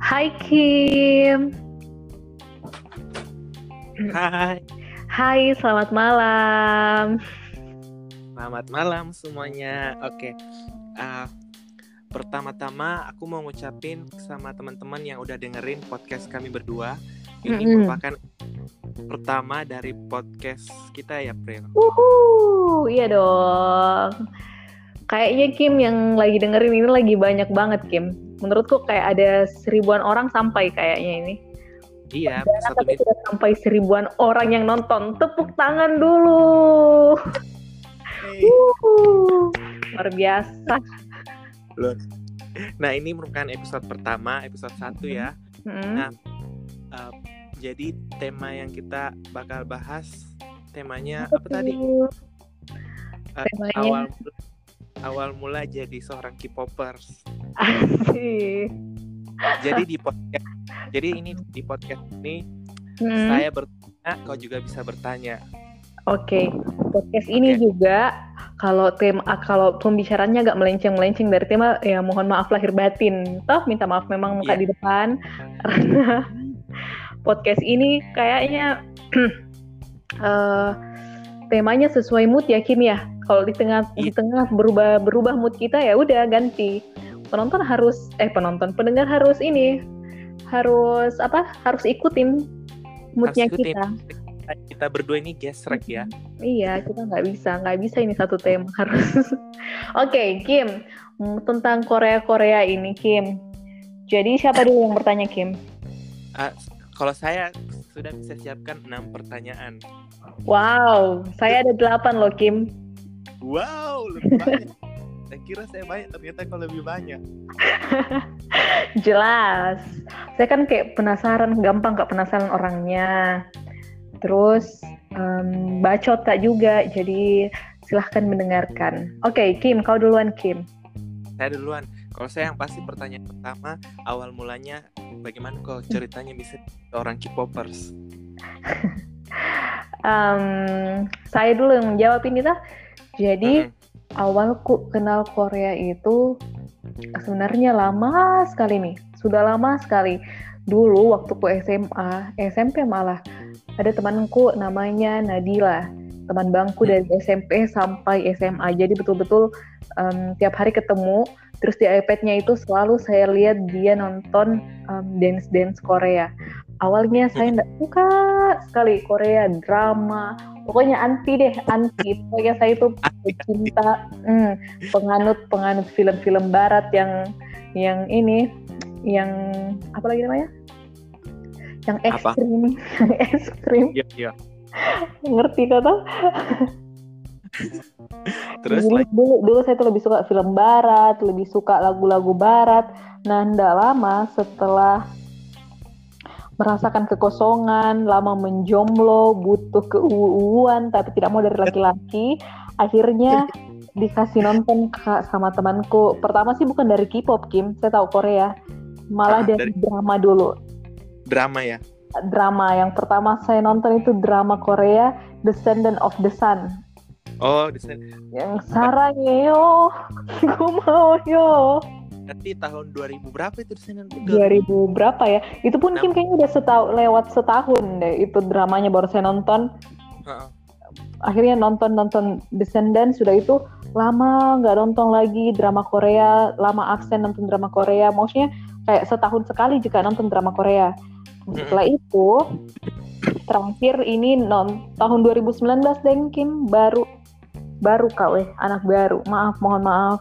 Hai Kim. Hai, Hai, selamat malam. selamat malam semuanya. Oke, uh, pertama-tama aku mau ngucapin sama teman-teman yang udah dengerin podcast kami berdua. Ini Mm-mm. merupakan pertama dari podcast kita ya, Pril. Iya dong. Kayaknya Kim yang lagi dengerin ini lagi banyak banget Kim. Menurutku kayak ada 1.000-an orang sampai kayaknya ini. Iya, Perdana satu tapi menit. sudah sampai 1.000-an orang yang nonton. Tepuk tangan dulu. Hey. Luar biasa. Loh. Nah, ini merupakan episode pertama, episode 1 ya. Mm-mm. Nah, uh, jadi tema yang kita bakal bahas, temanya apa tadi? Temanya Awal mula jadi seorang K-popers. asik. Jadi di podcast ini Mm-mm. saya bertanya, kau juga bisa bertanya. Oke, podcast ini juga kalau pembicaranya agak melenceng dari tema, ya mohon maaf lahir batin. Toh minta maaf memang muka di depan karena podcast ini kayaknya temanya sesuai mood ya Kim ya. Kalau di tengah berubah mood kita ya udah ganti. Pendengar harus ikutin moodnya kita. Kita berdua ini gesrek ya. Iya, kita nggak bisa ini satu tema harus. Oke, Kim, tentang Korea ini Kim. Jadi siapa dulu yang bertanya Kim? Kalau saya sudah bisa siapkan 6 pertanyaan. Wow, saya ada 8 loh Kim. Wow, lebih banyak. Saya kira saya banyak, ternyata kau lebih banyak. Jelas. Saya kan kayak gampang gak penasaran orangnya. Terus bacot tak juga, jadi silahkan mendengarkan. Oke, Kim, kau duluan Kim. Saya duluan. Kalau saya yang pasti pertanyaan pertama, awal mulanya bagaimana kau ceritanya bisa seorang K-popers? Saya dulu yang menjawab ini tah. Jadi awalku kenal Korea itu sebenarnya lama sekali nih. Sudah lama sekali. Dulu waktuku SMA, SMP malah, ada temanku namanya Nadila, teman bangku dari SMP sampai SMA. Jadi betul-betul tiap hari ketemu. Terus di iPad-nya itu selalu saya lihat dia nonton dance Korea. Awalnya saya nggak suka sekali Korea, drama. Pokoknya anti. Pokoknya saya itu pecinta penganut film-film barat yang ini, yang apa lagi namanya? Yang ekstrim. Iya. Ngerti kata? Terus dulu saya tuh lebih suka film barat, lebih suka lagu-lagu barat. Nah, nggak lama setelah merasakan kekosongan, lama menjomblo, butuh keuuan tapi tidak mau dari laki-laki, akhirnya dikasih nonton sama temanku. Pertama sih bukan dari K-pop Kim, saya tahu Korea, malah dari drama dulu. Drama ya? Drama yang pertama saya nonton itu drama Korea, Descendant of the Sun. Oh, Descendant. Yang sarangyo, gue mau yo. Nanti tahun 2000 berapa itu Descendant? 2000 berapa ya? Itu pun Kim kayaknya udah lewat setahun deh itu dramanya baru saya nonton. Akhirnya nonton Descendant, sudah itu lama nggak nonton lagi drama Korea, lama absen nonton drama Korea. Maksudnya kayak setahun sekali juga nonton drama Korea. Setelah itu terakhir ini tahun 2019 deh Kim, baru KW, anak baru. Mohon maaf.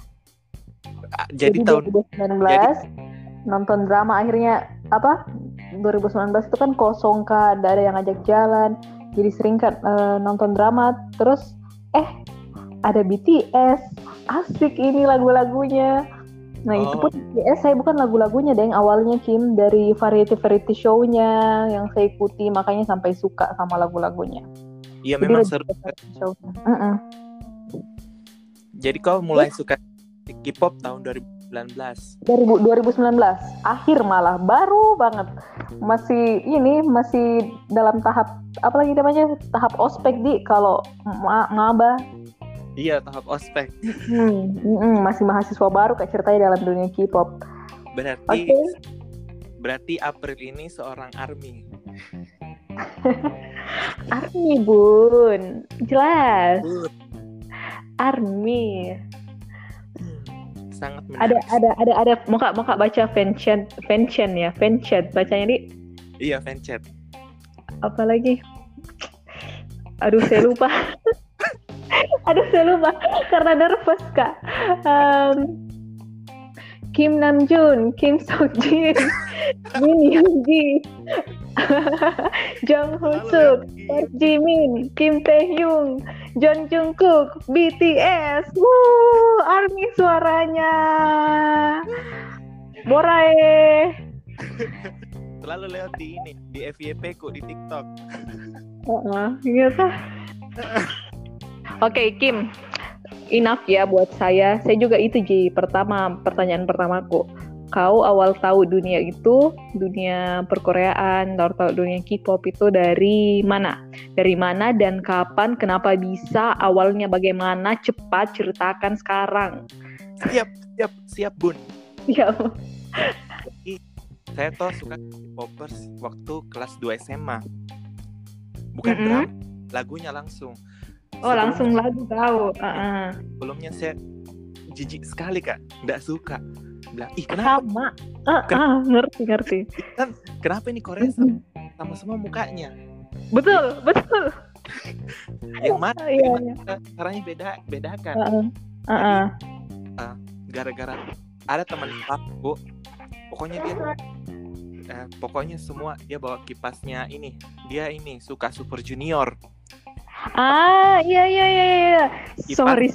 Jadi tahun 2019 nonton drama, akhirnya 2019 itu kan kosong Kak, ada yang ngajak jalan. Jadi sering kan nonton drama, terus ada BTS. Asik ini lagu-lagunya. Nah, itu pun BTS saya bukan lagu-lagunya deh, awalnya Kim dari variety show-nya yang saya ikuti, makanya sampai suka sama lagunya. Iya, memang seru. Jadi kau mulai suka K-pop tahun 2019 akhir, malah baru banget, masih dalam tahap apa lagi namanya, tahap ospek di kalau maba. Iya, tahap ospek. Masih mahasiswa baru kayak ceritanya dalam dunia K-pop. Berarti Berarti April ini seorang ARMY. ARMY bun, jelas. ARMY. Sangat menarik. Ada. Mau kak baca fanchat ya, fanchat bacanya di. Iya, fanchat. Apa lagi? Aduh, saya lupa. Karena nervous kak. Kim Namjoon, Kim Seokjin, Min Yoongi, Jung Hoseok, Park Jimin, Kim Taehyung, John Jungkook, BTS. ARMY suaranya. Borae. Selalu lewat di FYP ku di TikTok. Gitu. Oke, Kim. Enough ya buat saya. Saya juga itu pertanyaan pertamaku. Kau awal tahu dunia perkoreaan, tahu dunia K-pop itu dari mana? Dari mana dan kapan? Kenapa bisa? Awalnya bagaimana? Cepat ceritakan sekarang. Siap bun. Siap. Saya tuh suka K-popers waktu kelas 2 SMA. Bukan drama, lagunya langsung. Langsung lagu tahu. Sebelumnya saya jijik sekali kak, nggak suka. Bilang, kenapa? Sama. Ngerti. Kan kenapa ini Korea sama semua mukanya? Betul. Yang mana? Iya. Caranya bedakan. Gara-gara ada teman aku, pokoknya semua dia bawa kipasnya ini. Dia suka Super Junior. Iya. Sorry.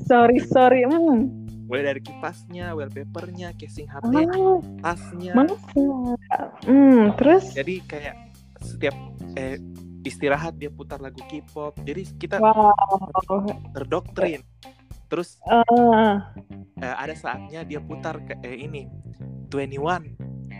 Mulai dari kipasnya, wallpapernya, casing HP, tasnya. Terus? Jadi kayak setiap istirahat dia putar lagu K-pop. Jadi kita terdoktrin. Terus ada saatnya dia putar ini 21.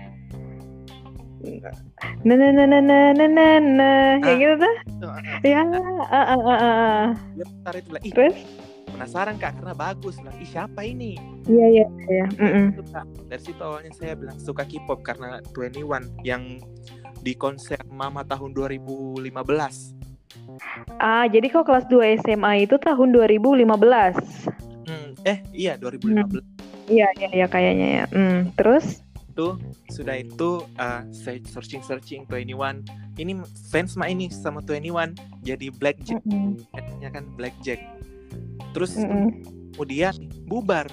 Ya gitu tuh. Ya. Dia putar itu lah. Terus? Penasaran kak karena bagus lah. Siapa ini? Iya. Dari situ awalnya saya bilang suka K-pop karena 21 yang di konser Mama tahun 2015. Jadi kau kelas 2 SMA itu tahun 2015. Iya 2015. Iya kayaknya ya. Terus? Sudah itu saya searching 21. Ini fans ini sama 21 jadi Blackjack. Nya kan Blackjack. Terus kemudian bubar.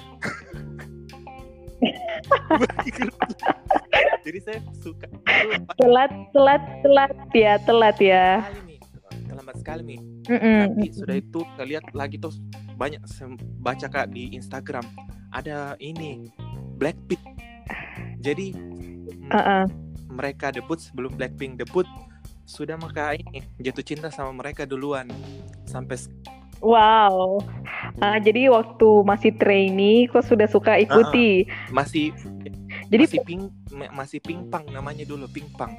Jadi saya suka telat ya. Terlambat sekali nih. Tapi sudah itu saya lihat lagi tuh banyak baca kak di Instagram ada ini Blackpink. Jadi mereka debut sebelum Blackpink debut sudah maka ini jatuh cinta sama mereka duluan sampai. Wow. Jadi waktu masih trainee kok sudah suka ikuti. Masih Pinkpang namanya dulu Pinkpang.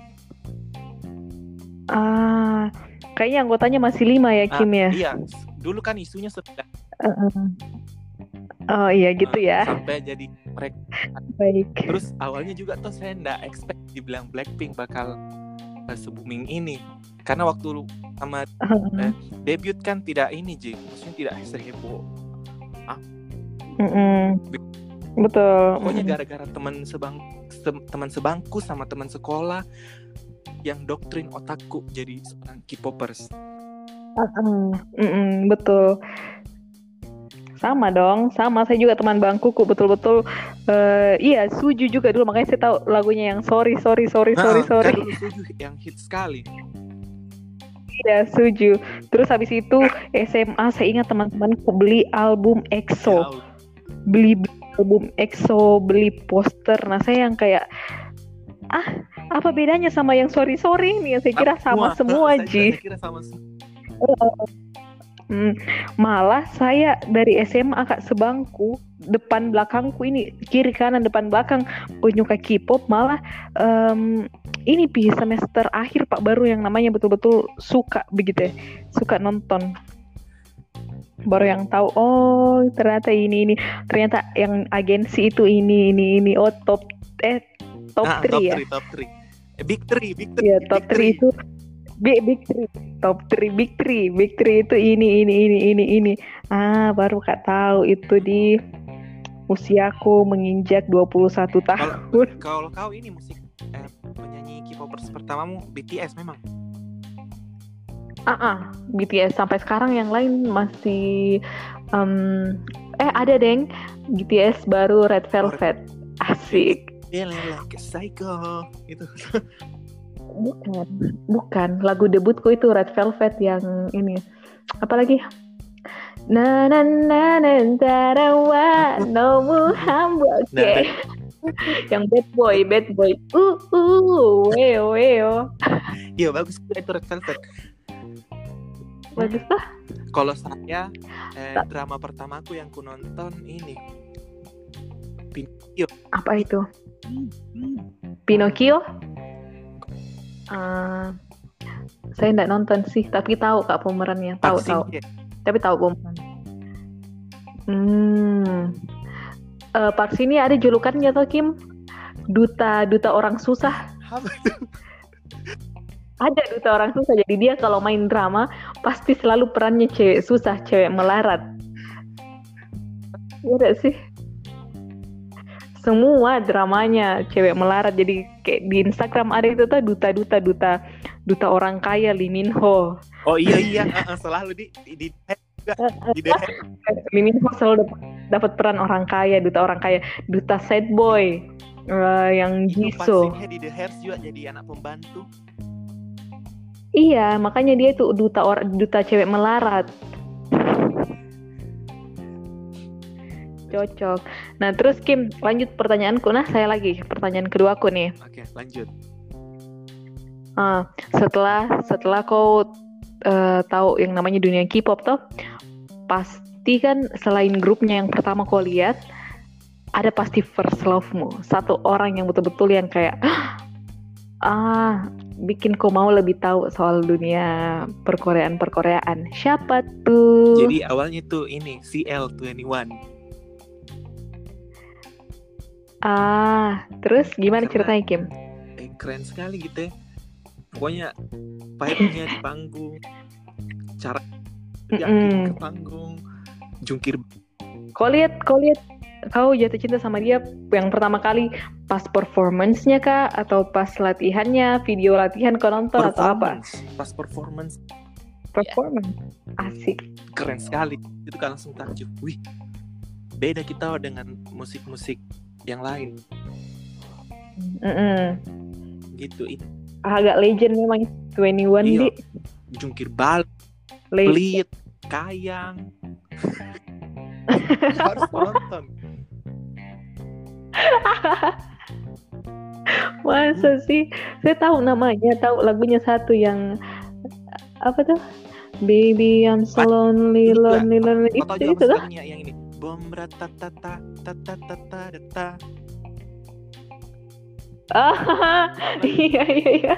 Kayaknya anggotanya masih 5 ya Kim ya. Iya. Dulu kan isunya sudah. Oh iya gitu ya. Sampai jadi mereka. Baik. Terus awalnya juga tuh saya nggak expect dibilang Blackpink bakal se-booming ini. Karena waktu sama debut kan tidak ini maksudnya tidak seheboh. Betul. Pokoknya gara-gara teman sebangku sama teman sekolah yang doktrin otakku jadi seorang K-popers. Betul. Sama dong, saya juga teman bangkuku betul-betul. Iya, Suju juga dulu, makanya saya tahu lagunya yang sorry. Kan dulu Suju yang hit sekali. Iya, Suju. Terus habis itu SMA saya ingat teman-teman beli album EXO. Beli album EXO, beli poster. Nah, saya yang kayak apa bedanya sama yang sorry nih? Saya kira sama semua, Ji. Saya kira sama semua. Malah saya dari SMA kak sebangku depan belakangku ini kiri kanan depan belakang penyuka K-pop malah ini semester akhir pak baru yang namanya betul-betul suka begitu ya, suka nonton, baru yang tahu ternyata ini ternyata yang agensi itu ini top top 3 ya. Top 3. Big 3. Iya, top 3 itu Big 3. Top 3 Big 3. Big 3 itu ini. Baru Kak tahu itu di usiaku menginjak 21 tahun. Kalau kau ini penyanyi K-popers pertamamu BTS memang. BTS sampai sekarang yang lain masih ada deng BTS baru Red Velvet. Asik. Like a psycho itu. Bukan lagu debutku itu Red Velvet yang ini. Apalagi na na na na tarawa no mu hamba oke. Yang bad boy weo iya bagus itu Red Velvet. Bagus lah. Kalau saya drama pertamaku yang ku nonton ini Pinocchio. Apa itu? Pinocchio? Saya nggak nonton sih, tapi tahu Kak pemerannya. Tahu. Tapi tahu pemeran. Park Shin Hye ada julukannya toh Kim? Duta orang susah. Apa itu? Ada duta orang susah. Jadi dia kalau main drama pasti selalu perannya cewek susah, cewek melarat. Iya sih. Semua dramanya cewek melarat. Jadi kayak di Instagram ada itu tuh duta orang kaya Lee Min Ho. Oh iya selalu di Lee Min Ho selalu dapat peran orang kaya, duta orang kaya, duta sad boy yang Jisoo. Di The Hairs juga jadi anak pembantu. Iya, makanya dia tuh duta cewek melarat. Cocok. Nah, terus Kim, lanjut pertanyaanku. Nah, saya lagi pertanyaan kedua aku nih. Oke, lanjut. Setelah kau tahu yang namanya dunia K-pop toh, pasti kan selain grupnya yang pertama kau lihat, ada pasti first love-mu. Satu orang yang betul-betul yang kayak bikin kau mau lebih tahu soal dunia perkoreaan. Siapa tuh? Jadi awalnya tuh ini CL21. Terus gimana ceritanya Kim? Keren sekali gitu ya. Pokoknya vibe-nya di panggung, cara yakin ke panggung, jungkir. Kau jatuh cinta sama dia yang pertama kali pas performance-nya kah? Atau pas latihannya, video latihan kau nonton atau apa? Pas performance. Asik. Keren sekali. Itu kan langsung takjub. Wih, beda kita dengan musik-musik yang lain. Gitu itu. Agak legend memang 21 iya. Di. Jungkir balik, pelit, kayang. Harus nonton. Masa sih? Saya tahu namanya, tahu lagunya satu yang apa tuh? Baby I'm so lonely. Itu tuh. Yang ini. Bom ratatata tatatata. Iya.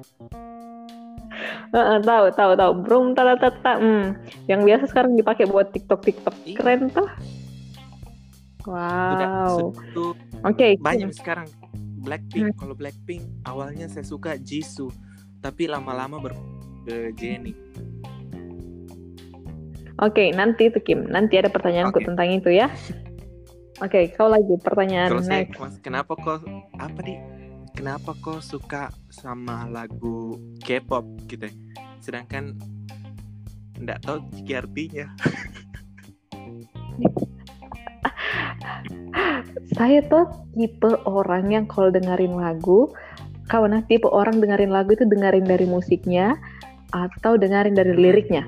Tahu. Brum tatatata. Yang biasa sekarang dipakai buat TikTok. Keren tuh. Wow. Oke. Banyak sekarang Blackpink. Kalau Blackpink awalnya saya suka Jisoo, tapi lama-lama ke Jennie. Oke, nanti itu Kim. Nanti ada pertanyaanku tentang itu ya. Oke, kau lagi pertanyaan terus next. Kenapa kau suka sama lagu K-pop gitu? Sedangkan enggak tahu artinya. Saya tuh tipe orang yang kalau dengerin lagu, tipe orang dengerin lagu itu dengerin dari musiknya atau dengerin dari liriknya.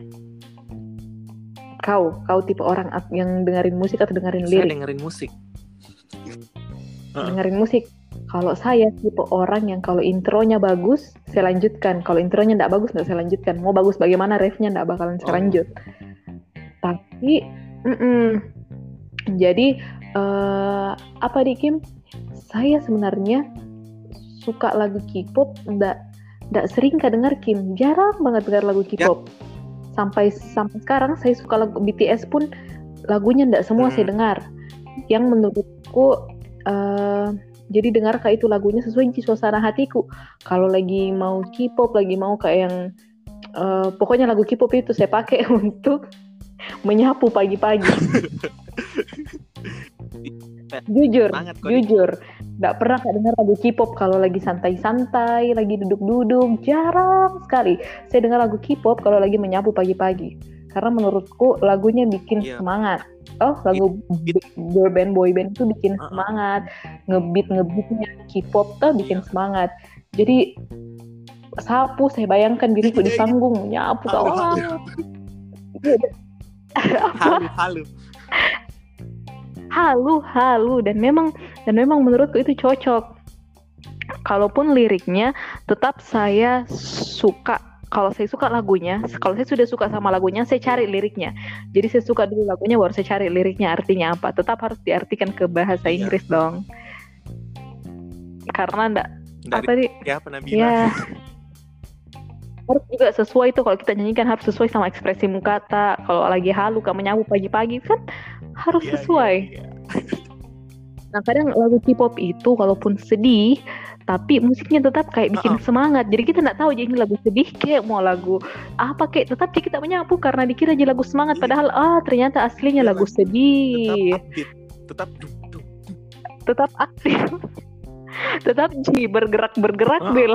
Kau tipe orang yang dengerin musik atau dengerin lirik? Saya dengerin musik. Dengerin musik. Kalau saya tipe orang yang kalau intronya bagus, saya lanjutkan. Kalau intronya nggak bagus, nggak saya lanjutkan. Mau bagus bagaimana refnya nggak bakalan saya lanjut. Tapi, jadi apa di Kim? Saya sebenarnya suka lagu K-pop, nggak sering denger Kim. Jarang banget dengar lagu K-pop. Ya. Sampai sekarang saya suka lagu BTS pun lagunya nggak semua saya dengar. Yang menurutku Jadi dengarkah itu lagunya sesuai suasana hatiku. Kalau lagi mau K-pop, lagi mau kayak yang pokoknya lagu K-pop itu saya pakai untuk menyapu pagi-pagi. Jujur, nggak pernah dengar lagu K-pop kalau lagi santai-santai, lagi duduk-duduk, jarang sekali. Saya dengar lagu K-pop kalau lagi menyapu pagi-pagi, karena menurutku lagunya bikin semangat. Lagu girl band, boy band itu bikin semangat, ngebeatnya K-pop tuh bikin semangat. Jadi sapu, saya bayangkan diriku di panggung nyapu kawan. Halu dan memang menurutku itu cocok. Kalaupun liriknya tetap saya suka. Kalau saya suka lagunya, kalau saya sudah suka sama lagunya, saya cari liriknya. Jadi saya suka dulu lagunya, baru saya cari liriknya artinya apa. Tetap harus diartikan ke bahasa Inggris dong. Karena harus juga sesuai tuh, kalau kita nyanyikan harus sesuai sama ekspresimu kata. Kalau lagi halu kamu nyapu pagi-pagi kan harus sesuai. Nah kadang lagu K-pop itu kalaupun sedih tapi musiknya tetap kayak bikin semangat. Jadi kita nggak tahu jadi ini lagu sedih kayak mau lagu apa kayak, tetap kita menyapu karena dikira aja lagu semangat, padahal ternyata aslinya lagu sedih. Tetap aktif. Tetap bergerak Bella.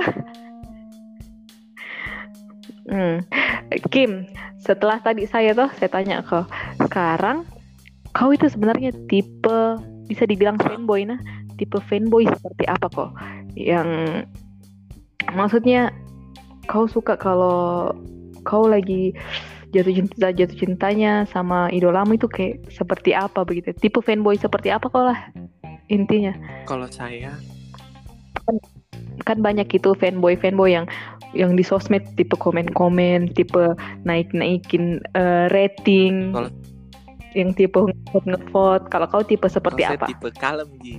Kim, setelah tadi saya tanya kau, sekarang kau itu sebenarnya tipe, bisa dibilang fanboy tipe fanboy seperti apa kok? Yang maksudnya kau suka kalau kau lagi jatuh cintanya sama idolamu itu kayak seperti apa begitu? Tipe fanboy seperti apa kau lah intinya? Kalau saya kan banyak itu fanboy yang di sosmed, tipe komen-komen, tipe naikin rating. Kalau yang tipe ngevote. Kalau kau tipe seperti apa? Tipe kalem Ji.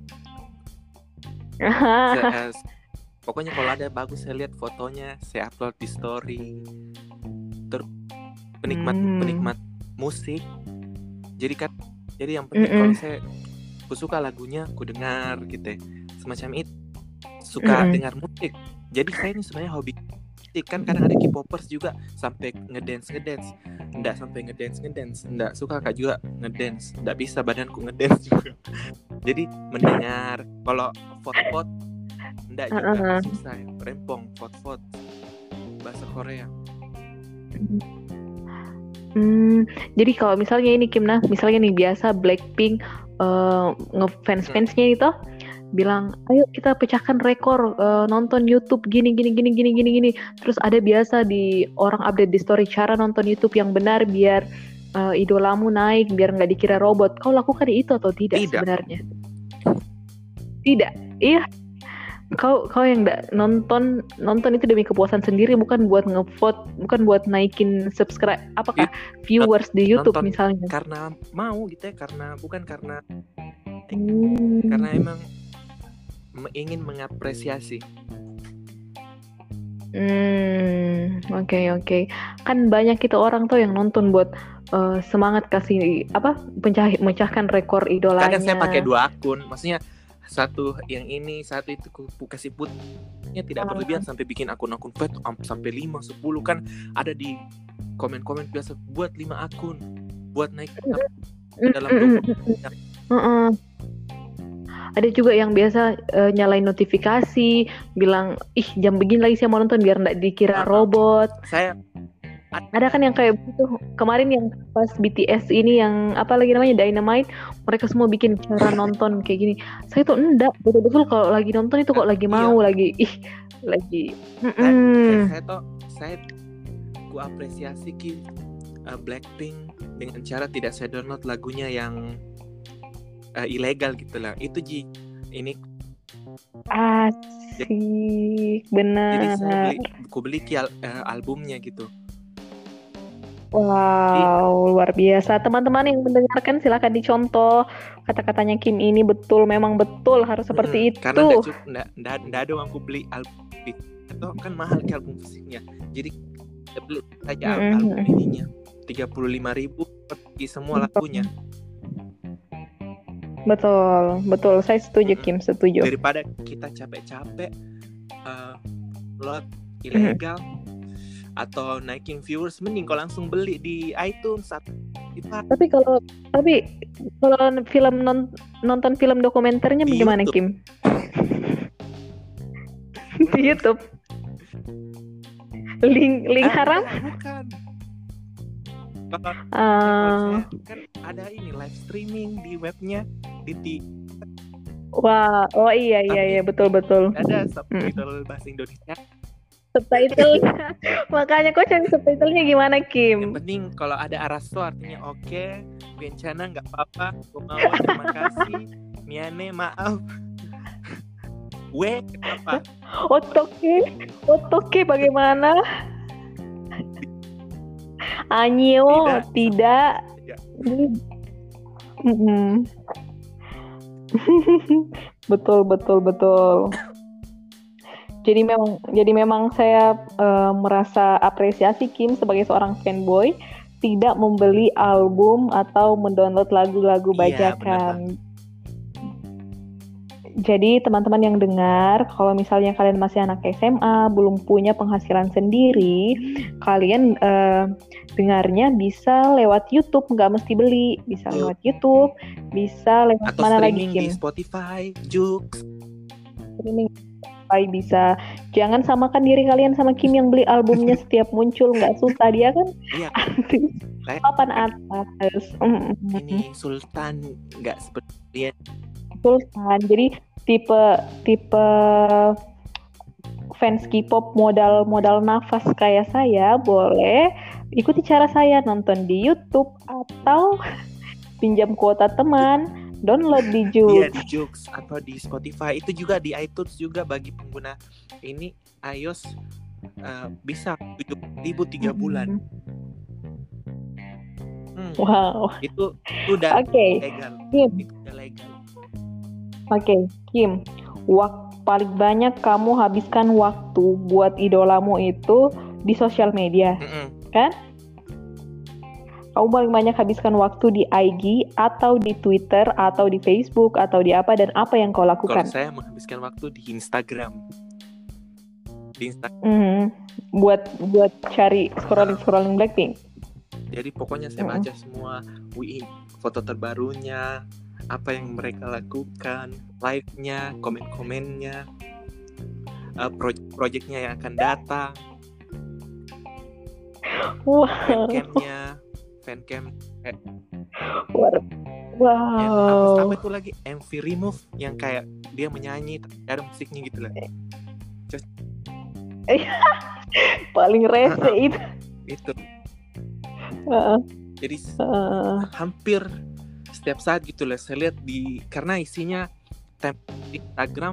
Pokoknya kalau ada bagus saya lihat fotonya, saya upload di story. Terus penikmat musik. Jadi yang penting kalau aku suka lagunya, aku dengar gitu. Semacam itu. Suka dengar musik. Jadi saya ini sebenarnya hobi. Kan kadang ada K-popers juga sampai ngedance, enggak sampai ngedance, enggak suka Kak juga ngedance, enggak bisa badanku ngedance juga. Jadi mendengar, kalau vote enggak juga susah, rempong vote bahasa Korea. Jadi kalau misalnya ini Kim, misalnya nih biasa Blackpink ngefans-fansnya itu bilang, ayo kita pecahkan rekor nonton YouTube gini. Terus ada biasa di orang update di story cara nonton YouTube yang benar biar idolamu naik, biar nggak dikira robot. Kau lakukan itu atau tidak sebenarnya? Tidak. Iya. Kau yang nonton itu demi kepuasan sendiri, bukan buat ngevote, bukan buat naikin subscribe, apakah viewers di YouTube misalnya? Karena mau gitu ya, bukan karena emang ingin mengapresiasi. Oke. Kan banyak kita orang tuh yang nonton buat semangat kasih mecahkan rekor idolanya. Kadang saya pakai 2 akun, maksudnya satu yang ini, satu itu aku kasih putnya tidak berlebihan sampai bikin akun-akun fake sampai 5-10 kan ada di komen-komen biasa, buat 5 akun buat naik dalam 20. Ada juga yang biasa nyalain notifikasi, bilang, jam begini lagi saya mau nonton biar nggak dikira robot. Ada kan yang kayak begitu. Kemarin yang pas BTS ini yang apa lagi namanya, Dynamite, mereka semua bikin cara nonton kayak gini. Saya tuh enggak, betul-betul kalau lagi nonton itu kok lagi mau, lagi. Saya ku apresiasi Blackpink dengan cara tidak saya download lagunya yang ilegal gitulah. Itu Ji, ini asik, benar. Jadi saya beli albumnya gitu. Wow, luar biasa. Teman-teman yang mendengarkan silakan dicontoh kata-katanya Kim ini, memang betul harus seperti itu. Karena enggak ada uangku beli album itu kan mahal ke album fisiknya. Jadi saya beli saja album ininya 35.000 pergi semua lagunya. Betul, betul. Saya setuju, Kim, setuju. Daripada kita capek-capek load ilegal atau naikin viewers, mending kau langsung beli di iTunes atau Tapi kalau nonton film dokumenternya di bagaimana, YouTube. Kim? Di YouTube. Link haram? Bukan. Kan ada ini live streaming di webnya di Wah, oh iya betul. ada subtitle bahasa Indonesia. Subtitle. Makanya kok cari subtitlenya gimana, Kim? Yang penting kalau ada arasto artinya oke, bencana nggak apa-apa, mau terima kasih, miane maaf. Kenapa? Otoke bagaimana? Anyo tidak. Betul. Jadi memang saya merasa apresiasi Kim sebagai seorang fanboy tidak membeli album atau mendownload lagu-lagu bajakan. Jadi teman-teman yang dengar, kalau misalnya kalian masih anak SMA, belum punya penghasilan sendiri, kalian dengarnya bisa lewat YouTube, nggak mesti beli, bisa lewat YouTube, bisa lewat atau mana lagi, di Kim? Spotify, Joox. Streaming bisa. Jangan samakan diri kalian sama Kim yang beli albumnya setiap muncul, nggak susah, dia kan artis papan atas. Ini Sultan nggak seperti dia. Sultan, jadi tipe fans K-pop modal nafas kayak saya boleh ikuti cara saya, nonton di YouTube atau pinjam kuota teman, download di Joox. Iya, di Joox atau di Spotify. Itu juga di iTunes juga bagi pengguna ini iOS bisa 7.000 3 bulan. Wow. Itu udah legal. Kim. Itu udah legal. Oke, Kim. Paling banyak kamu habiskan waktu buat idolamu itu di sosial media, kan? Kamu paling banyak habiskan waktu di IG atau di Twitter atau di Facebook atau di apa, dan apa yang kau lakukan? Kalau saya menghabiskan waktu di Instagram. Buat cari scrolling Blackpink. Jadi pokoknya saya baca semua foto terbarunya, apa yang mereka lakukan, live-nya, komen-komennya, project-nya yang akan datang, fancam. Wow. Apa itu lagi? MV Remove yang kayak dia menyanyi ada musiknya gitu lah. Paling rese itu. Itu. Jadi hampir setiap saat gitu lah saya lihat karena isinya di Instagram.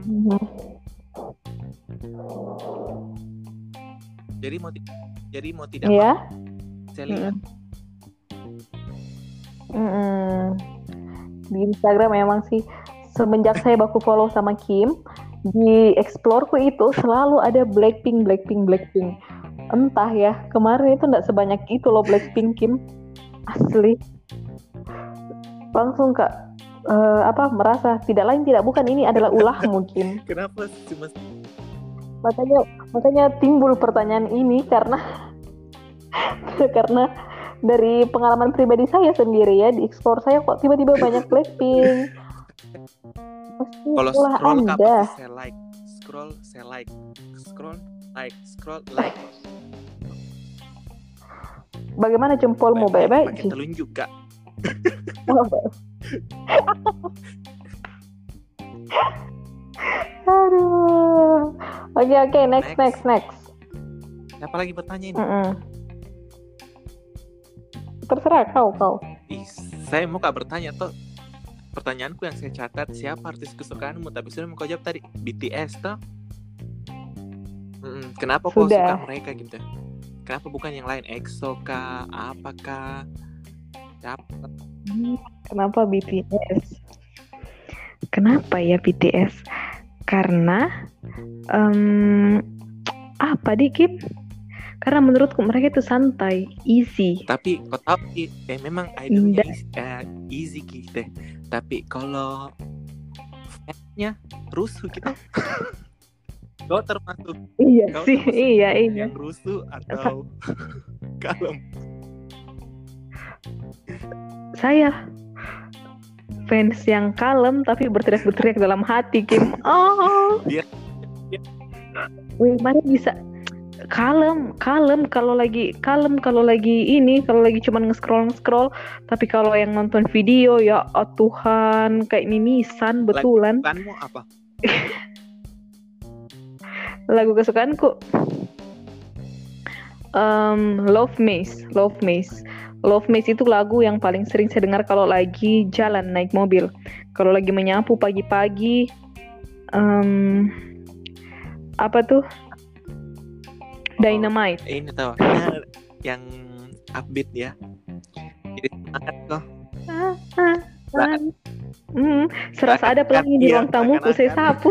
Jadi mau tidak saya lihat. Di Instagram memang sih semenjak saya baku follow sama Kim, di explore-ku itu selalu ada Blackpink. Entah ya, kemarin itu enggak sebanyak itu loh Blackpink, Kim. Asli. Langsung merasa tidak lain tidak bukan ini adalah ulah mungkin. Kenapa cuma makanya timbul pertanyaan ini karena dari pengalaman pribadi saya sendiri ya, di explore saya kok tiba-tiba banyak Blackpink. Kalau scroll apa saya like, scroll like. Bagaimana jempolmu, baik-baik? Pakai telunjuk kak. Aduh. Oke, next. Siapa lagi bertanya ini? Terserah kau. Saya mau kak bertanya toh. Pertanyaanku yang saya catat, siapa artis kesukaanmu? Tapi sudah mau kau jawab tadi, BTS toh. Kenapa kau suka mereka gitu? Kenapa bukan yang lain? EXO kah? Apakah? Siapa? Kenapa BTS? Kenapa ya BTS? Karena apa Kim? Karena menurutku mereka itu santai, easy. Tapi kau tahu memang idolnya easy gitu. Tapi kalau fansnya rusuh gitu. Kau termasuk iya. yang rusuh atau kalem? Saya fans yang kalem tapi berteriak-teriak dalam hati, Kim. Oh. Dia. Wih, mana bisa kalem kalau lagi cuman nge-scroll, tapi kalau yang nonton video ya oh Tuhan, kayak mimisan betulan. Lagu apa? Lagu kesukaanku Love Maze itu lagu yang paling sering saya dengar kalau lagi jalan naik mobil, kalau lagi menyapu pagi-pagi. Apa tuh? Dynamite. Ini tahu yang upbeat ya. Jadi semangat kok. Serasa ada pelangi di ruang tamuku, saya sapu.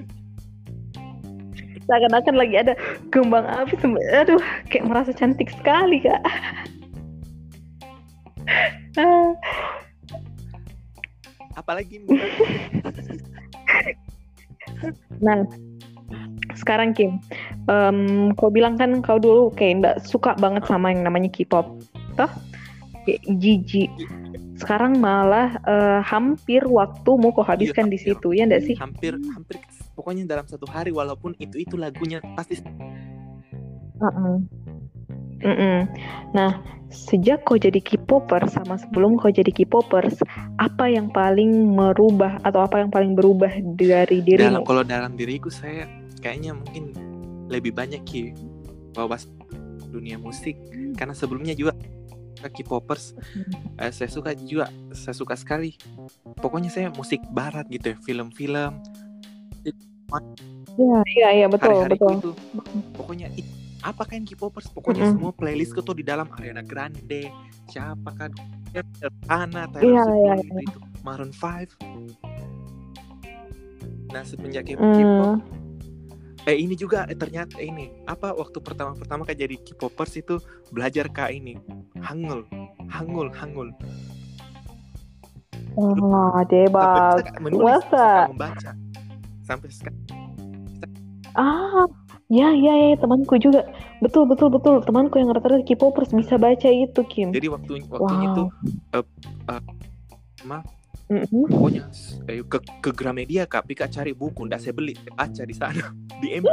Seakan-akan lagi ada kembang api. Aduh, kayak merasa cantik sekali, Kak. Apalagi nah, sekarang Kim, kau bilang kan kau dulu kayak nggak suka banget sama yang namanya K-pop, toh? Kayak jijik. Sekarang malah hampir waktumu kau habiskan di situ, ya nggak sih? Hampir pokoknya dalam satu hari, walaupun itu lagunya pasti. Nah, sejak kau jadi K-popers sama sebelum kau jadi K-popers, apa yang paling merubah atau apa yang paling berubah dari dirimu? Kalau dalam diriku, saya kayaknya mungkin lebih banyak bahwa dunia musik, karena sebelumnya juga K-popers saya suka sekali. Pokoknya saya musik barat gitu ya, film-film. Iya betul. Itu pokoknya apa kan K-popers, pokoknya semua playlistku tuh di dalam Ariana Grande, siapa kan, Nirvana, Taylor Swift, itu Maroon 5. Nah, semenjak K-pop ini juga ternyata ini apa, waktu pertama kan jadi K-popers itu belajar ini Hangul. Debak. Menulis, suka membaca sampai sekarang. Ya, temanku juga. Betul. Temanku yang rata-rata K-popers bisa baca itu, Kim. Jadi waktunya itu pokoknya ke Gramedia, Kak, Pika cari buku, ndak saya beli, saya baca di sana di MP.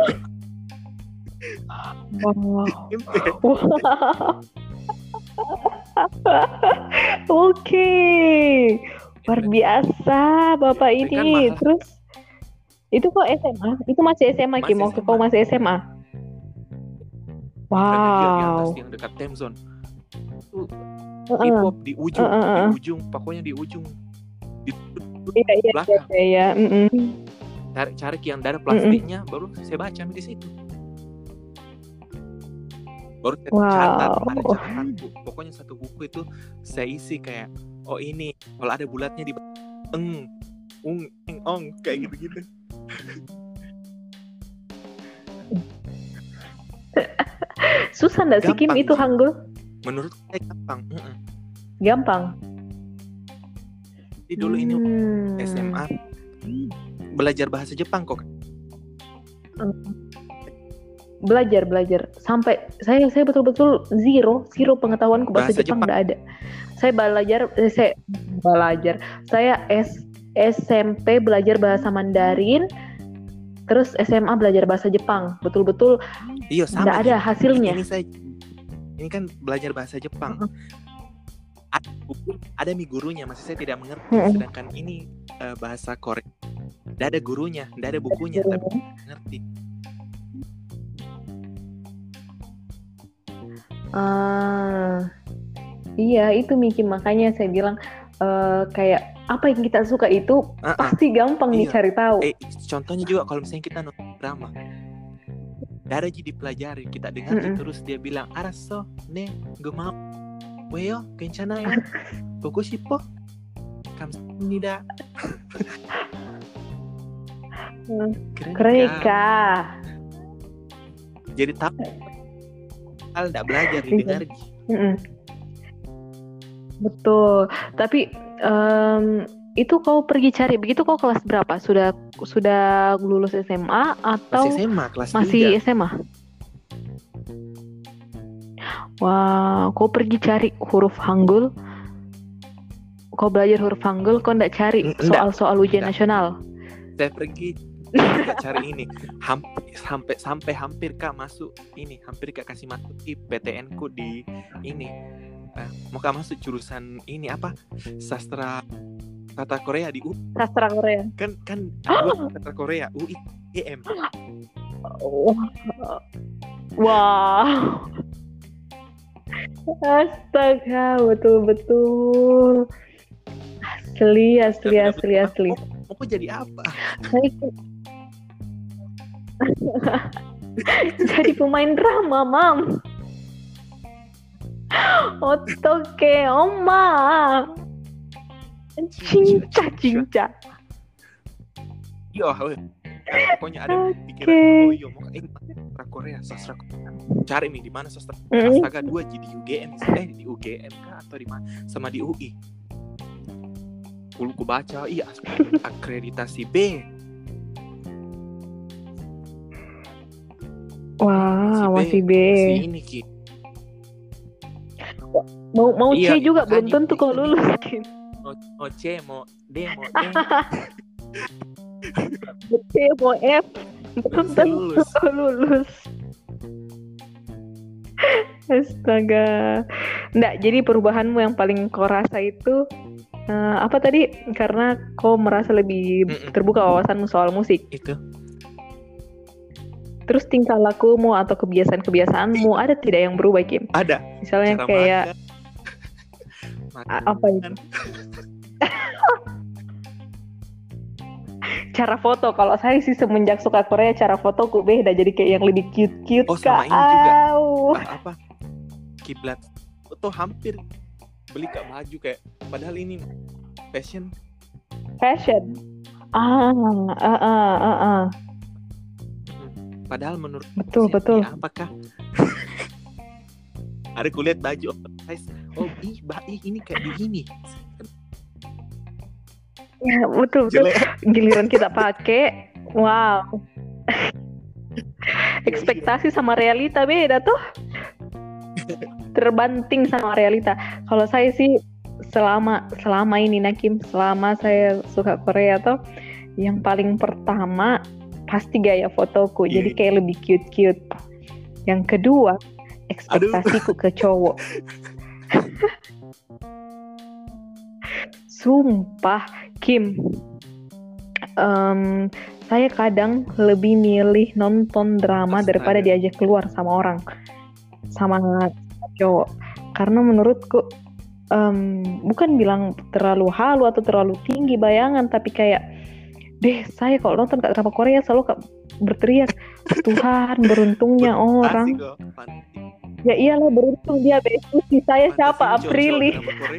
Oke. Luar biasa Bapak ini. Kan terus itu kok SMA? Itu masih SMA, Kim, waktu kau masih SMA? Wow. Yang dekat Temzon. Itu K-pop di ujung, pokoknya di ujung. Iya. Cari yang ada plastiknya, baru saya baca di situ. Baru saya catat, ada catatanku. Pokoknya satu buku itu saya isi kayak, oh ini kalau ada bulatnya di kayak gitu. Susah nggak sih, Kim, itu Hangul? Menurut saya gampang. Gampang. Jadi dulu ini SMA belajar bahasa Jepang kok. Belajar sampai saya betul-betul zero pengetahuanku bahasa Jepang nggak ada. Saya SMP belajar bahasa Mandarin, terus SMA belajar bahasa Jepang, betul-betul nggak ada hasilnya. Ini kan belajar bahasa Jepang. Ada gurunya, masih saya tidak mengerti. Sedangkan ini bahasa Korea, tidak ada gurunya, tidak ada bukunya, tapi mengerti. Iya, itu Miki, makanya saya bilang kayak apa yang kita suka itu pasti gampang dicari tahu. Contohnya juga kalau misalnya kita nonton drama, tidak ada dipelajari, kita dengar terus dia bilang araso ne gemau weo kencana ya bokusipo kamsahamnida. Keren. Jadi tahu Al nggak belajar didengar. Betul. Tapi itu kau pergi cari begitu, kau kelas berapa? Sudah lulus SMA atau Masih SMA kelas masih 3. SMA? Wah, kau pergi cari huruf Hangul. Kau belajar huruf Hangul, kau nggak cari soal-soal ujian nasional. Saya pergi cari ini sampai hampir Kak masuk ini, hampir Kak kasih masuk di PTN ku di ini. Mau Kak masuk jurusan ini apa? Sastra Tata Korea di UI. Sastra Korea. Kan Sastra Korea UI EM. Wah. Astaga, betul. Asli. Mau jadi apa? Jadi pemain drama, Mam. Otoke, Oma. Cinta. Yo, pokoknya ada pikiran yo mau ini sastra Korea, sastra Korea. Cari nih di mana sastra Astaga 2 di UGM, di UGM kah atau di mana? Sama di UI. Ku baca, iya akreditasi B. Wah, masih B. Masih ini Ki. Mau C juga belum tentu kau lulus. Mau C, mau D, mau E. C, mau F. Belum tentu kau lulus. Astaga. Nggak, jadi perubahanmu yang paling kau rasa itu apa tadi? Karena kau merasa lebih terbuka wawasanmu soal musik. Itu. Terus tingkah lakumu atau kebiasaan-kebiasaanmu ada tidak yang berubah, Kim? Ada. Misalnya cara kayak makan. Apa itu? Cara foto, kalau saya sih semenjak suka Korea cara fotoku beda, jadi kayak yang lebih cute-cute. Oh, sama ini juga. Apa? Kiblat. Foto hampir beli Kak baju kayak padahal ini fashion. Padahal menurut betul. Ya, apakah ada kulihat baju oversize, ini kayak begini. Ya betul. Giliran kita pakai, wow. Ekspektasi sama realita beda tuh. Terbanting sama realita. Kalau saya sih selama ini Nakim, selama saya suka Korea tuh, yang paling pertama pasti gaya fotoku, jadi kayak lebih cute. Yang kedua, ekspektasiku ke cowok. Sumpah, Kim, saya kadang lebih milih nonton drama daripada diajak keluar sama orang, sama cowok. Karena menurutku, bukan bilang terlalu halu atau terlalu tinggi bayangan, tapi kayak saya kalau nonton drama Korea selalu berteriak, Tuhan beruntungnya orang. Ya iyalah, beruntung dia besusi. Saya siapa? Aprili.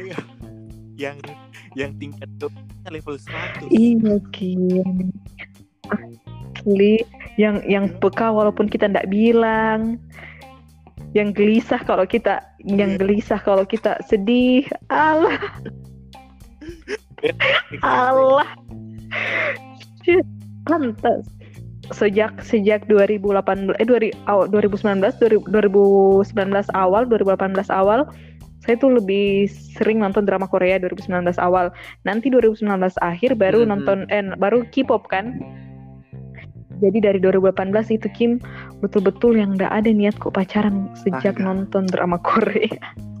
Yang tingkat level 100. Iya, Kim. Asli, yang peka walaupun kita ndak bilang. Yang gelisah kalau kita sedih. Allah. Pantas. Sejak 2019 awal, 2018 awal, saya tuh lebih sering nonton drama Korea 2019 awal. Nanti 2019 akhir baru nonton baru K-pop kan. Jadi dari 2018 itu Kim betul-betul yang enggak ada niat kok pacaran sejak nonton drama Korea.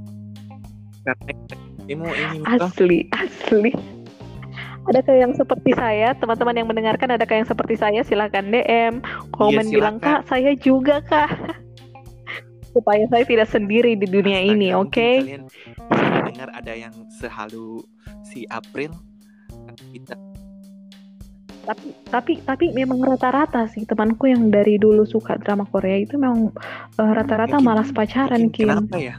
Asli. Adakah yang seperti saya, teman-teman yang mendengarkan, adakah yang seperti saya? Silakan DM, komen, bilang Kak, saya juga Kak. Supaya saya tidak sendiri di dunia ini, oke? Kalian bisa dengar ada yang sehalu si April. Tapi memang rata-rata sih temanku yang dari dulu suka drama Korea itu memang rata-rata malas pacaran, Kim. Kenapa ya?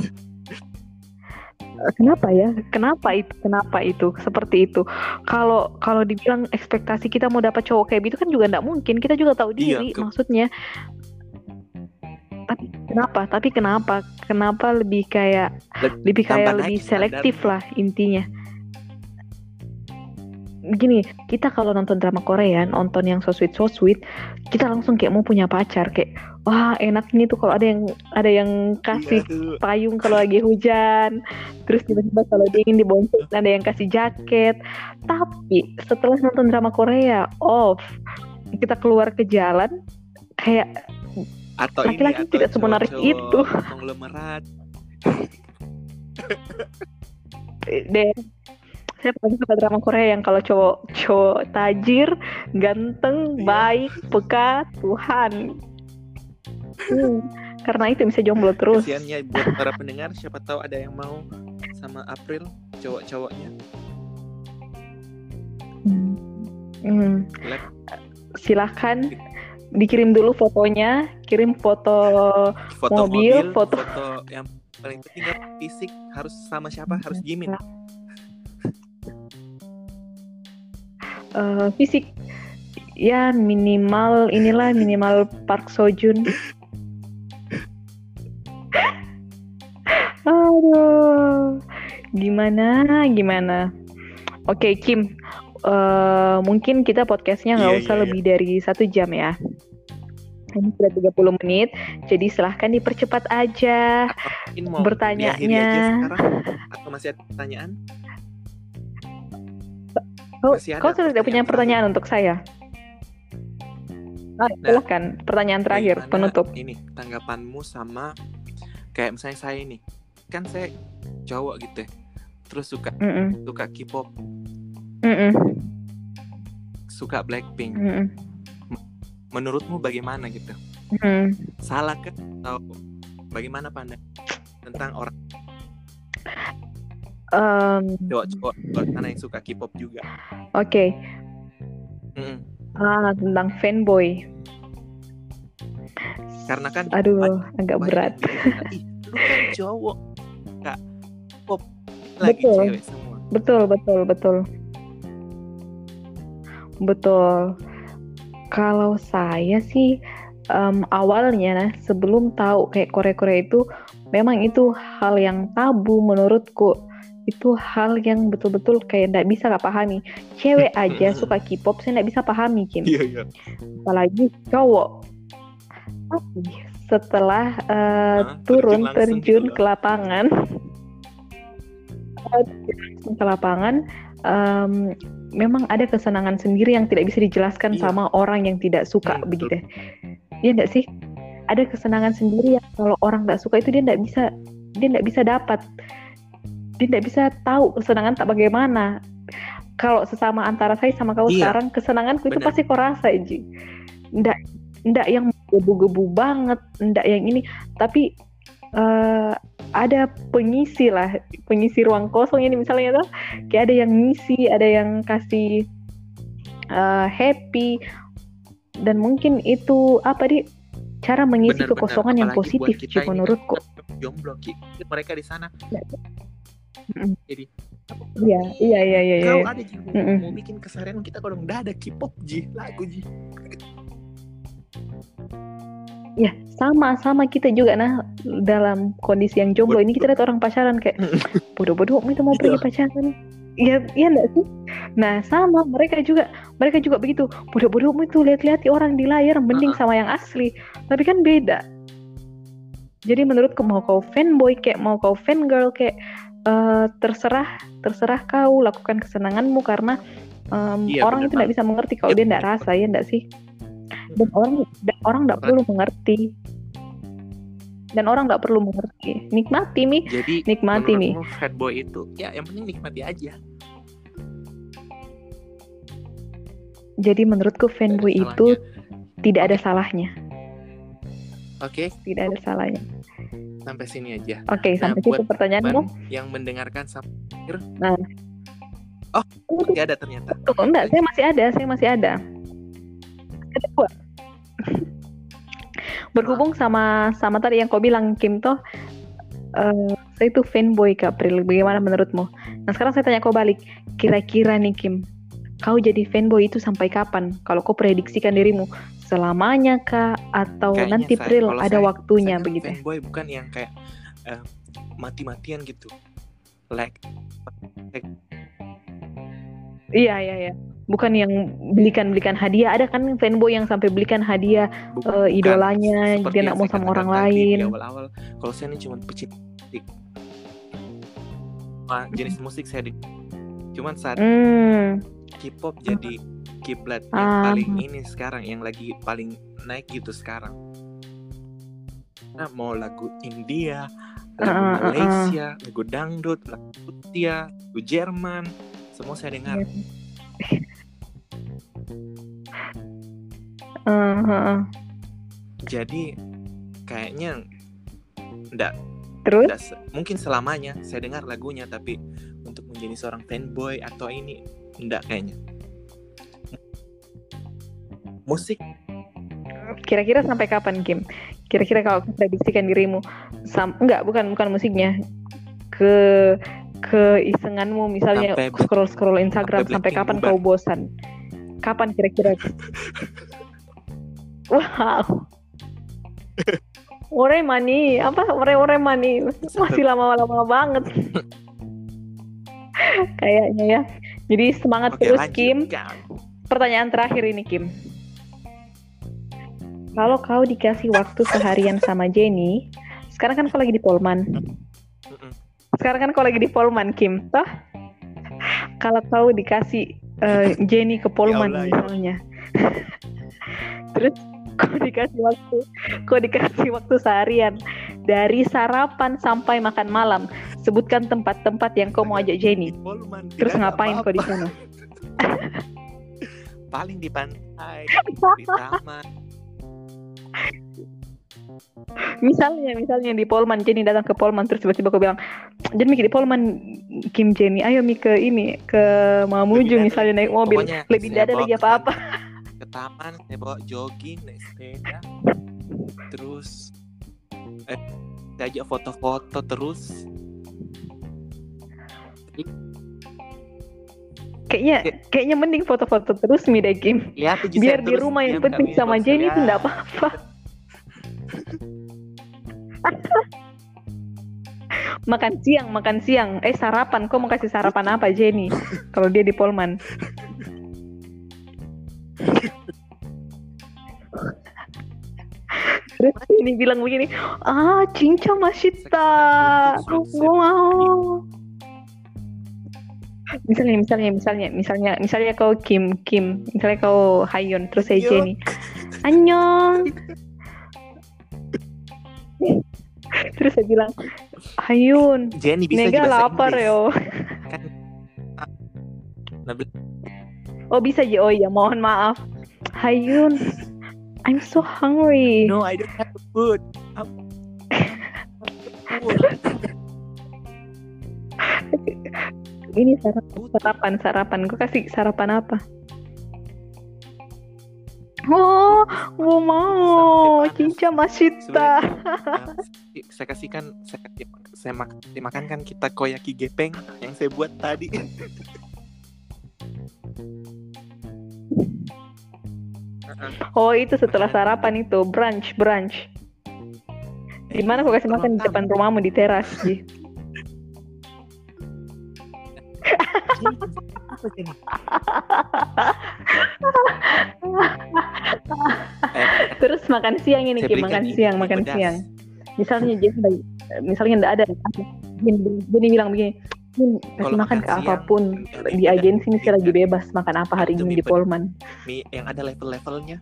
Kenapa itu seperti itu? Kalau dibilang ekspektasi kita mau dapat cowok kayak gitu kan juga nggak mungkin. Kita juga tahu diri, maksudnya. Kenapa? Tapi kenapa? Kenapa lebih kayak lebih selektif lah intinya. Gini, kita kalau nonton drama Korea, nonton yang so sweet, kita langsung kayak mau punya pacar, kayak wah enak nih tuh kalau ada yang kasih payung kalau lagi hujan, terus tiba-tiba kalau dingin dibonceng ada yang kasih jaket. Tapi setelah nonton drama Korea, kita keluar ke jalan kayak atau laki-laki tidak semenarik itu. Konglomerat. Deh. Saya paling suka drama Korea yang kalau cowok tajir, ganteng, baik, peka, Tuhan. Karena itu bisa jomblo terus. Kasiannya buat para pendengar, siapa tahu ada yang mau sama April, cowok-cowoknya. Silahkan dikirim dulu fotonya, kirim foto mobil, foto yang paling penting fisik harus sama siapa, harus Jimin. Fisik ya minimal Park Seo-joon. Aduh, gimana? Oke, Kim, mungkin kita podcastnya nggak usah lebih dari 1 jam ya. Ini sudah 30 menit, jadi silahkan dipercepat aja bertanyanya. Atau masih ada pertanyaan? Kau tidak punya pertanyaan untuk saya? Silahkan, pertanyaan terakhir, penutup. Ini tanggapanmu sama kayak misalnya saya ini, kan saya cowok gitu, terus suka K-pop, suka Blackpink. Menurutmu bagaimana gitu? Salah kan atau bagaimana pandang tentang orang cowok-cowok karena yang suka K-pop juga? Oke. Tentang fanboy. Karena kan agak berat. Lu kan cowok, Kak. Pop lagi cewek semua. Betul. Kalau saya sih awalnya sebelum tahu kayak Korea itu memang itu hal yang tabu menurutku. Itu hal yang betul-betul kayak nggak bisa pahami. Cewek aja suka K-pop, saya nggak bisa pahami, Kim. Iya. Apalagi cowok. Tapi setelah terjun ke lapangan, memang ada kesenangan sendiri yang tidak bisa dijelaskan sama orang yang tidak suka, begitu. Iya nggak sih? Ada kesenangan sendiri yang kalau orang nggak suka itu dia nggak bisa dapat. Dia tidak bisa tahu kesenangan tak bagaimana. Kalau sesama antara saya sama kau sekarang, kesenanganku itu pasti kau rasa, Ji. Ndak yang gebu-gebu banget, ndak yang ini. Tapi ada pengisi ruang kosong ini misalnya tuh. Kayak ada yang ngisi, ada yang kasih happy. Dan mungkin itu cara mengisi kekosongan yang positif, Ji, menurutku. Jomblo, mereka di sana. Jadi iya. Kau ada Ji mau bikin keseharian kita kalau nggak ada K-pop Ji, lagu Ji. Ya sama kita juga dalam kondisi yang jomblo ini kita lihat orang pacaran kayak bodoh-bodoh itu mau pergi pacaran. Iya enggak sih? Nah sama mereka juga begitu, bodoh-bodoh itu lihat-lihat orang di layar mending sama yang asli, tapi kan beda. Jadi menurutku mau kau fanboy kayak mau kau fangirl kayak terserah kau lakukan kesenanganmu karena orang itu tidak bisa mengerti kalau dia tidak rasa, ya tidak sih? Dan orang tidak perlu mengerti. Nikmati mi. Jadi nikmati mi. Fanboy itu ya yang penting nikmati aja. Jadi menurutku fanboy itu tidak ada salahnya. Oke. Tidak ada salahnya. Sampai sini aja. Oke, sampai situ pertanyaanmu. Yang mendengarkan sampai akhir. Nah. Masih ada ternyata. Enggak, saya masih ada. Ada 2. Berhubung sama tadi yang kau bilang, Kim toh, saya itu fanboy ke April. Bagaimana menurutmu? Nah, sekarang saya tanya kau balik. Kira-kira nih, Kim, kau jadi fanboy itu sampai kapan? Kalau kau prediksikan dirimu selamanya kah atau Kayaknya nanti Pril ada waktunya saya begitu? Fanboy bukan yang kayak mati-matian gitu. Like Iya. Bukan yang belikan hadiah. Ada kan fanboy yang sampai belikan hadiah idolanya, dia nggak mau sama orang lain. Di awal-awal, kalau saya ini cuma pecinta musik. Jenis musik saya cuman saat K-pop jadi kiblat yang paling ini sekarang, yang lagi paling naik gitu sekarang. Nah, mau lagu India, lagu Malaysia, lagu dangdut, lagu Rusia, lagu Jerman, semua saya dengar. Jadi kayaknya mungkin selamanya saya dengar lagunya, tapi untuk menjadi seorang fanboy atau ini enggak kayaknya. Musik kira-kira sampai kapan, Kim? Kira-kira kalau prediksikan dirimu bukan musiknya, keisenganmu misalnya scroll Instagram sampai kapan kau bosan? Kapan kira-kira? Wow. Ore mani masih lama-lama banget. Kayaknya ya. Jadi semangat terus, lanjut, Kim. Pertanyaan terakhir ini, Kim. Kalau kau dikasih waktu seharian sama Jenny, sekarang kan kau lagi di Polman. Kim. Toh? Kalau kau dikasih Jenny ke Polman misalnya. Terus kau dikasih waktu seharian dari sarapan sampai makan malam. Sebutkan tempat-tempat yang kau mau ajak Jenny. Terus ngapain kau di sana? Paling di pantai, di taman. Misalnya di Polman, Jenny datang ke Polman, terus tiba-tiba kau bilang, "Jadi Miki di Polman, Kim Jenny, ayo Miki ke ini, ke Mamuju misalnya naik mobil." Lebih tidak ada lagi apa-apa. Ke taman, saya bawa jogging, naik sepeda, terus saya ajak foto-foto terus. Kayaknya mending foto-foto terus mi deh, Kim. Biar di rumah yang penting sama Jenny itu enggak apa-apa. Makan siang. Sarapan. Kau mau kasih sarapan apa Jenny kalau dia di Polman? Terus ini bilang begini, cinca masita, gue mau. Misalnya kau Kim, misalnya kau Hayun, terus saya Jenny, annyeong. Terus saya bilang, Hayun, Jenny bisa nega lapar yo. Oh bisa ya, oh ya mohon maaf, Hayun, I'm so hungry. No, I don't have food. Ini sarapan. Gue kasih sarapan apa? Oh, gue mau cinca masita. Saya makan kan kita koyaki gepeng yang saya buat tadi. Oh itu setelah sarapan itu brunch. Gimana kau kasih makan di depan rumahmu di teras sih? Terus makan siang ini Kim, makan siang. Misalnya nggak ada, Jenny bilang begini, kasih makan ke apapun di agensi ini saya lagi bebas makan apa hari ini di Polman. Mie yang ada level-levelnya.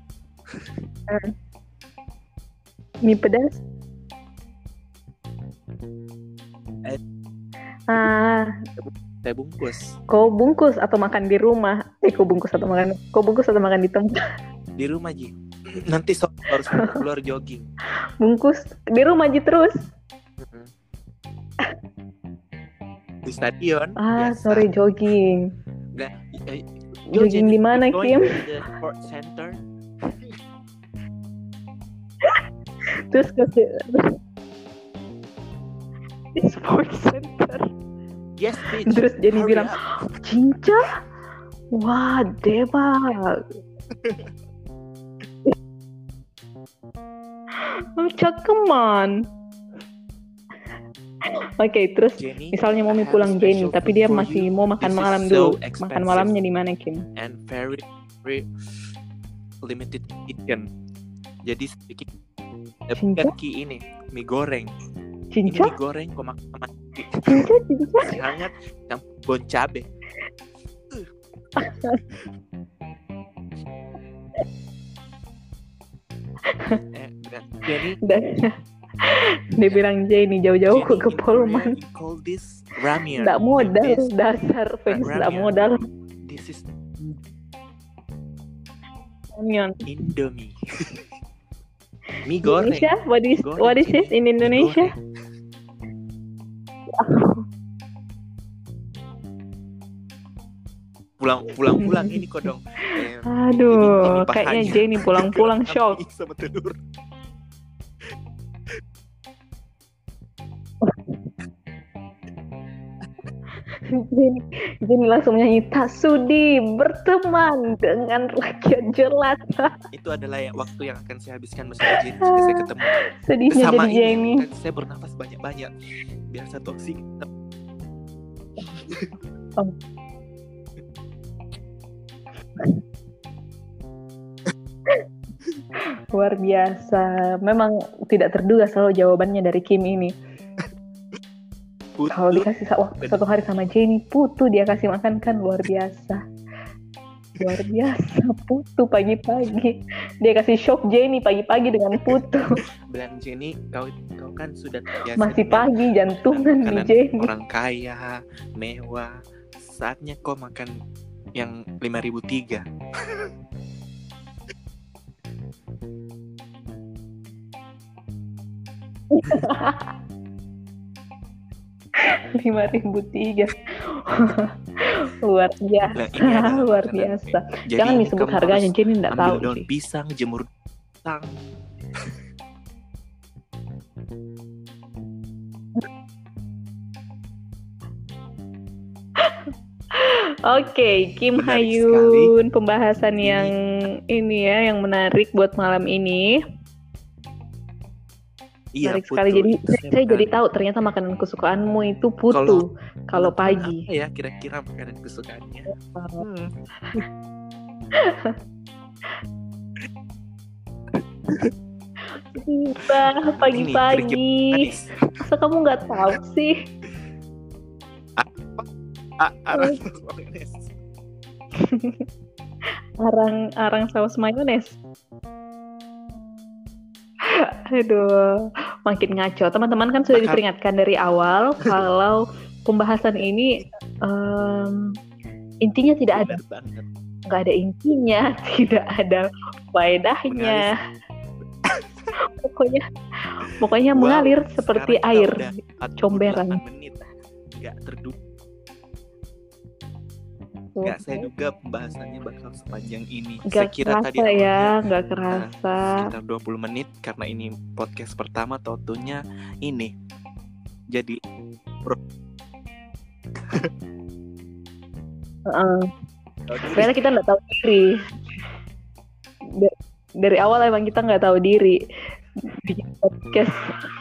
Mie pedas. Saya bungkus. Kau bungkus atau makan di rumah? Kau bungkus atau makan di tempat? Di rumah Ji. Nanti harus keluar jogging. Bungkus di rumah Ji terus. Di stadion. Sorry jogging. Enggak. Jogging di mana Kim? Di Sport Center. Terus di Sport Center. Yes, bitch. Terus Jenny bilang, cinca? Wah, debak. come on. Oke, terus Jenny, misalnya Momi pulang Jenny, tapi dia masih mau makan malam dulu. Makan malamnya di mana, Kim? And very, very limited edition. Jadi sedikit kaki ini mie goreng. Cinca? Ini mie goreng kok makan sama Cinca. masih hangat campur bon cabe. Jadi dia bilang Jenny jauh-jauh ke Polman. Call this ramen. Nggak modal, dasar fans nggak modal. This is Indomie. Mie goreng. Indonesia? What is this in Indonesia? Pulang ini kok dong. Aduh, kayaknya Jenny pulang-pulang shock. Sama telur. Jenny langsung nyanyi, tak sudi berteman dengan rakyat jelata. Itu adalah waktu yang akan saya habiskan bersama Jenny jika saya ketemu. Sedihnya sama jadi Jenny. Kan saya bernafas banyak-banyak biar saya toksik. Oh. Luar biasa. Memang tidak terduga selalu jawabannya dari Kim ini. Kalau dikasih waktu satu hari sama Jenny, putu dia kasih makan kan luar biasa. Luar biasa, putu pagi-pagi. Dia kasih shock Jenny pagi-pagi dengan putu. Bilang Jenny, kau kan sudah terbiasa. Masih pagi, jantungan di Jenny. Orang kaya, mewah. Saatnya kau makan yang 5.003. 5.003. Luar biasa, luar biasa. Jangan disebut harganya, Jenny nggak tahu daun sih. Pisang, jemur pisang. Oke, Kim Hayun, pembahasan yang ini ya, yang menarik buat malam ini. Iya, menarik sekali. Jadi saya jadi tahu ternyata makanan kesukaanmu itu putu kalau pagi. Apa ya kira-kira makanan kesukaannya? Tiba pagi-pagi. Masa kamu nggak tahu sih? Arang saus mayones. Aduh, makin ngaco. Teman-teman kan sudah diperingatkan dari awal kalau pembahasan ini intinya tidak ada, nggak ada intinya, tidak ada faedahnya. Pokoknya mengalir seperti air comberan. Nggak terduga. Nggak saya duga pembahasannya bakal sepanjang ini. Saya kira tadi nggak kerasa. Sekitar 20 menit karena ini podcast pertama, tentunya ini jadi Karena kita nggak tahu diri. Dari awal emang kita nggak tahu diri bikin podcast.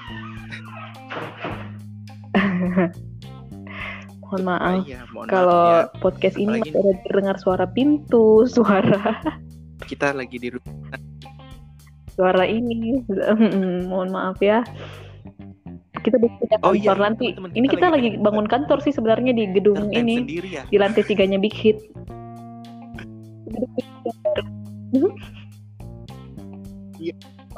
Mohon maaf kalau podcast ini masih ada dengar suara pintu, suara kita lagi di rumah. Suara ini, mohon maaf ya. Kita punya kantor nanti. Teman-teman, ini kita lagi bangun kantor sih sebenarnya di gedung ini, ya? Di lantai 3-nya Big Hit. Iya.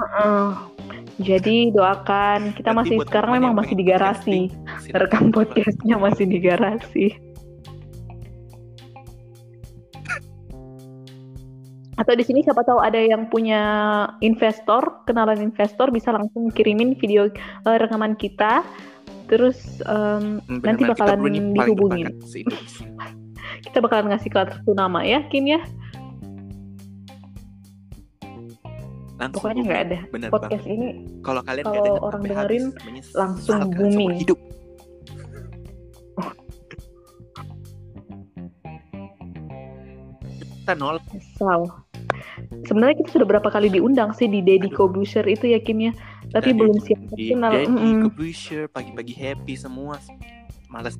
Jadi doakan, kita masih sekarang memang masih di garasi. Rekam podcastnya masih di garasi. Atau di sini siapa tahu ada yang punya investor, kenalan investor, bisa langsung kirimin video rekaman kita. Terus nanti bakalan dihubungin. Kita bakalan ngasih kartu nama ya, Kim ya. Langsung pokoknya nggak ada. Bener podcast banget. Ini kalau orang dengerin langsung booming. Hidup. Kita nol. Sebenarnya kita sudah berapa kali diundang sih di Deddy Corbuzier itu ya Kim ya, tapi belum siap kenal. Deddy Corbuzier pagi-pagi happy semua, malas.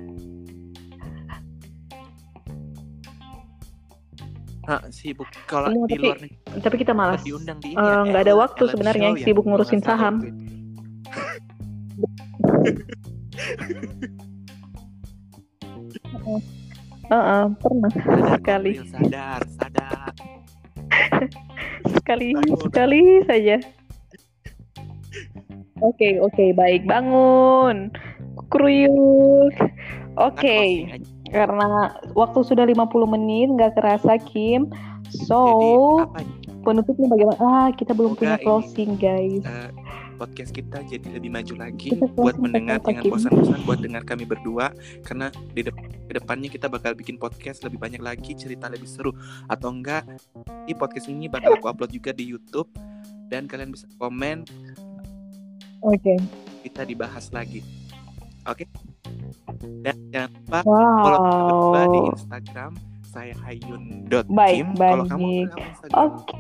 Sibuk kalau di luar negeri. Tapi kita malas. Diundang di nggak ada waktu sebenarnya, sibuk ngurusin saham. Pernah sekali. Sadar. sekali saja. Oke, baik, bangun. Kruyuk. Oke. Karena waktu sudah 50 menit nggak kerasa Kim. So, penutupnya bagaimana? Kita belum punya closing, guys. Podcast kita jadi lebih maju lagi buat mendengar, jangan bosan-bosan buat dengar kami berdua, karena di kedepannya kita bakal bikin podcast lebih banyak lagi, cerita lebih seru, atau enggak di podcast ini bakal aku upload juga di YouTube dan kalian bisa komen. Oke. Kita dibahas lagi. Oke. Dan jangan lupa follow kita berdua di Instagram, saya hayun.kim. Baik. Kalau kamu Instagram.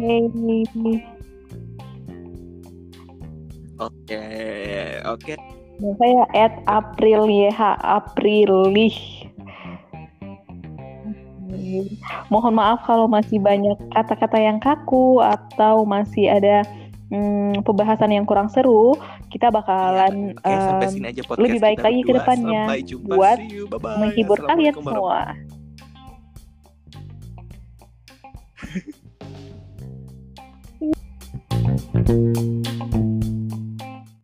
Oke. Dan saya @aprilih. Mohon maaf kalau masih banyak kata-kata yang kaku atau masih ada pembahasan yang kurang seru. Kita bakalan sampai sini aja lebih baik lagi ke depannya buat menghibur kalian semua.